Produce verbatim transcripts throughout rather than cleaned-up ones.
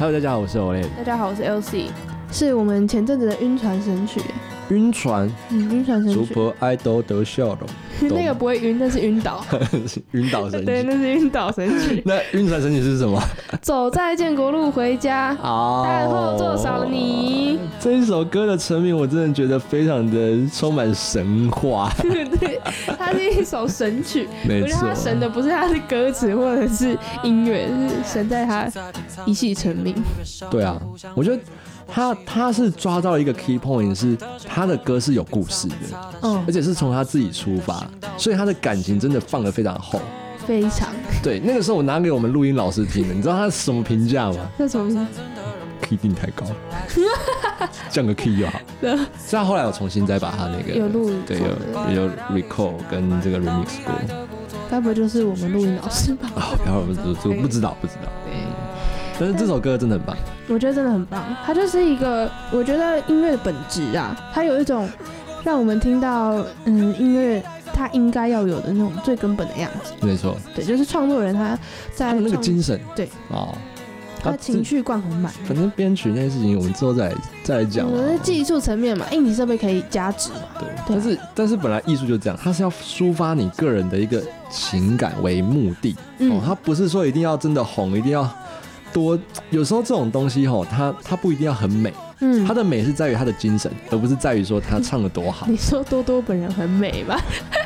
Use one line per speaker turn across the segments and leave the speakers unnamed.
Hello， 大家好，我是 Olay。
大家好，我是 L C， 是我们前阵子的晕船神曲。
晕船，
嗯，晕船神曲。
主播爱豆得笑容。
那个不会晕，那是晕倒。
晕倒神曲。
对，那是晕倒神曲。
那晕船神曲是什么？
走在建国路回家，
哦，
但后座少了你。
这一首歌的成名，我真的觉得非常的充满神话。
对，它是一首神曲。
没错，
我觉得它神的不是它的歌词或者是音乐，是神在它一戏成名。
对啊，我觉得他他是抓到一个 key point， 是他的歌是有故事的，嗯，而且是从他自己出发，所以他的感情真的放得非常厚。
非常
对，那个时候我拿给我们录音老师听的，你知道他什么评价吗？
那什么评价
？key 定太高，降个 key 就好。所以他后来有重新再把他那个
有录，
对，有有 recall 跟这个 remix 过。
该不会就是我们录音老师吧？
啊、哦，不要，不不知道，不知道。对，但是这首歌真的很棒，
我觉得真的很棒。它就是一个，我觉得音乐的本质啊，它有一种让我们听到，嗯，音乐它应该要有的那种最根本的样子。
没错，
对，就是创作人他在
他的那个精神，
对
哦，
他情绪灌很满。
反正编曲那些事情，我们之后再来再来讲。
我们是技术层面嘛，硬体设备可以加值嘛。
对，但是但是本来艺术就这样，它是要抒发你个人的一个情感为目的，嗯、哦，它不是说一定要真的红，一定要多。有时候这种东西吼，它它不一定要很美。嗯，他的美是在于他的精神，而不是在于说他唱得多好。
你说多多本人很美吧？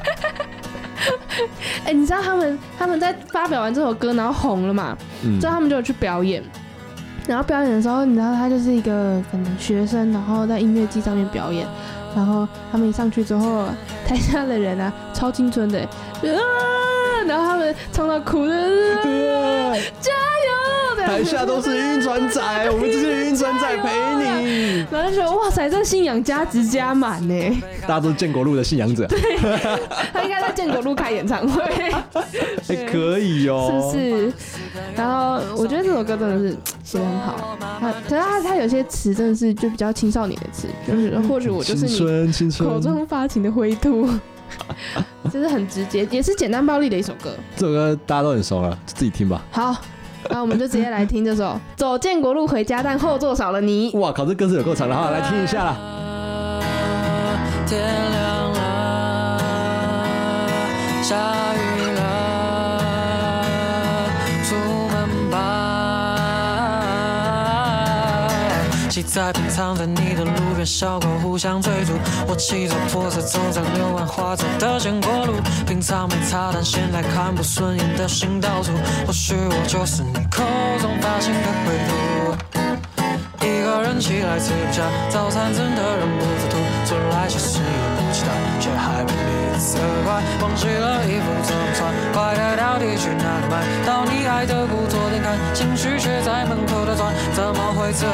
哎、欸，你知道他们他们在发表完这首歌，然后红了嘛？嗯，之后他们就有去表演，然后表演的时候，你知道他就是一个可能学生，然后在音乐季上面表演，然后他们一上去之后，台下的人啊，超青春的，啊，然后他们唱到哭的，啊、加油！
台下都是晕船仔，我们这些晕船仔陪你。
然后就觉得哇塞，这信仰加值加满呢！
大家都是建国路的信仰者。
对，他应该在建国路开演唱会。
还可以哦，
是不是？然后我觉得这首歌真的是写得很好，他可是他他有些词真的是就比较青少年的词，就是或许我就是你口中发情的灰兔。就是很直接，也是简单暴力的一首歌。
这首歌大家都很熟了，就自己听吧。
好。那我们就直接来听这首《走建国路回家，但后座少了你》。
哇靠，这歌词有够长的，好，来听一下啦。
天亮了，下雨了，出门吧。骑在平藏在你的路边，小狗互相追逐。我骑着破车走在柳暗花丛的建国路，平常没擦但现在看不顺眼的行道树，或许我就是你口中发情的灰兔。一个人起来吃不下早餐，真的忍不住吐出来，其实也不期待，却还被你责怪。忘记了衣服怎么穿，快乐到底去哪里买？到你爱的故作点看，情绪却在门口打转，怎么会这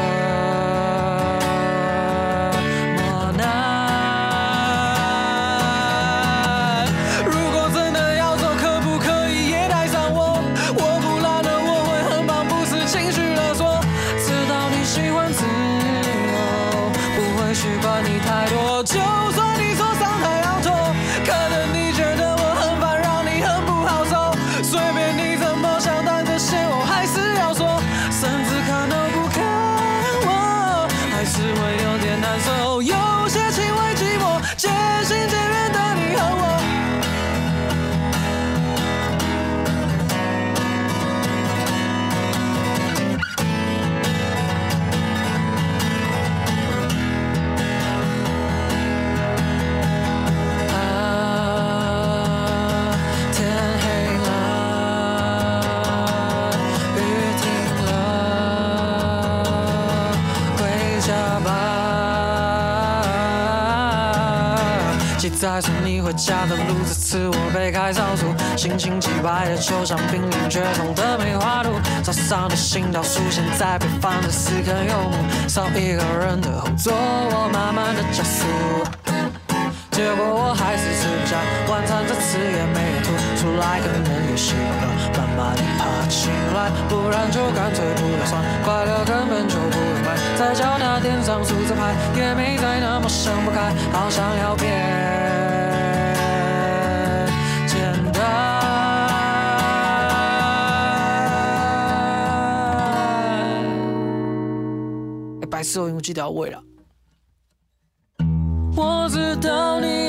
么难？就算你坐上太阳拖，可能你觉得我很烦，让你很不好受。随便你怎么想，但这些我还是要说。甚至看都不看我，还是会有点难受。有些情为寂寞，渐行渐远的你和我。骑在送你回家的路，这次我被开超速，心情击败的球场，濒临绝种的梅花鹿。早上的行道树，现在被放着四棵柚木，少一个人的后座，我慢慢的加速。结果我还是吃不下晚餐，这次也没有吐出来，可能也习惯了，慢慢地爬起来，不然就干脆不要算，快乐根本就不用买，在脚踏垫上数着牌，也没再那么想不开，好想要变简单。 次我用记得要喂了。我知道你